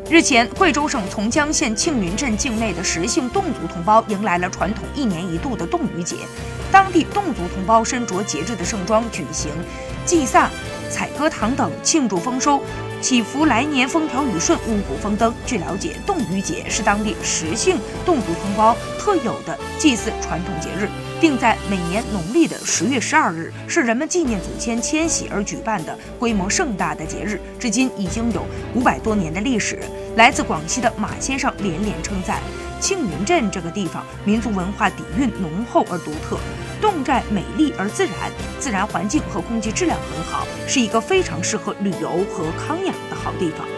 日前，贵州省从江县庆云镇境内的石姓侗族同胞迎来了传统1年1度的侗语节。当地侗族同胞身着节制的盛装，举行祭萨、采歌堂等，庆祝丰收，祈福来年风调雨顺、五谷丰登。据了解，侗语节是当地石姓侗族同胞特有的祭祀传统节日，定在每年农历的10月12日，是人们纪念祖先迁徙而举办的规模盛大的节日，至今已经有500多年的历史。来自广西的马先生连连称赞庆云镇这个地方民族文化底蕴浓厚而独特，侗寨美丽而自然，自然环境和空气质量很好，是一个非常适合旅游和康养的好地方。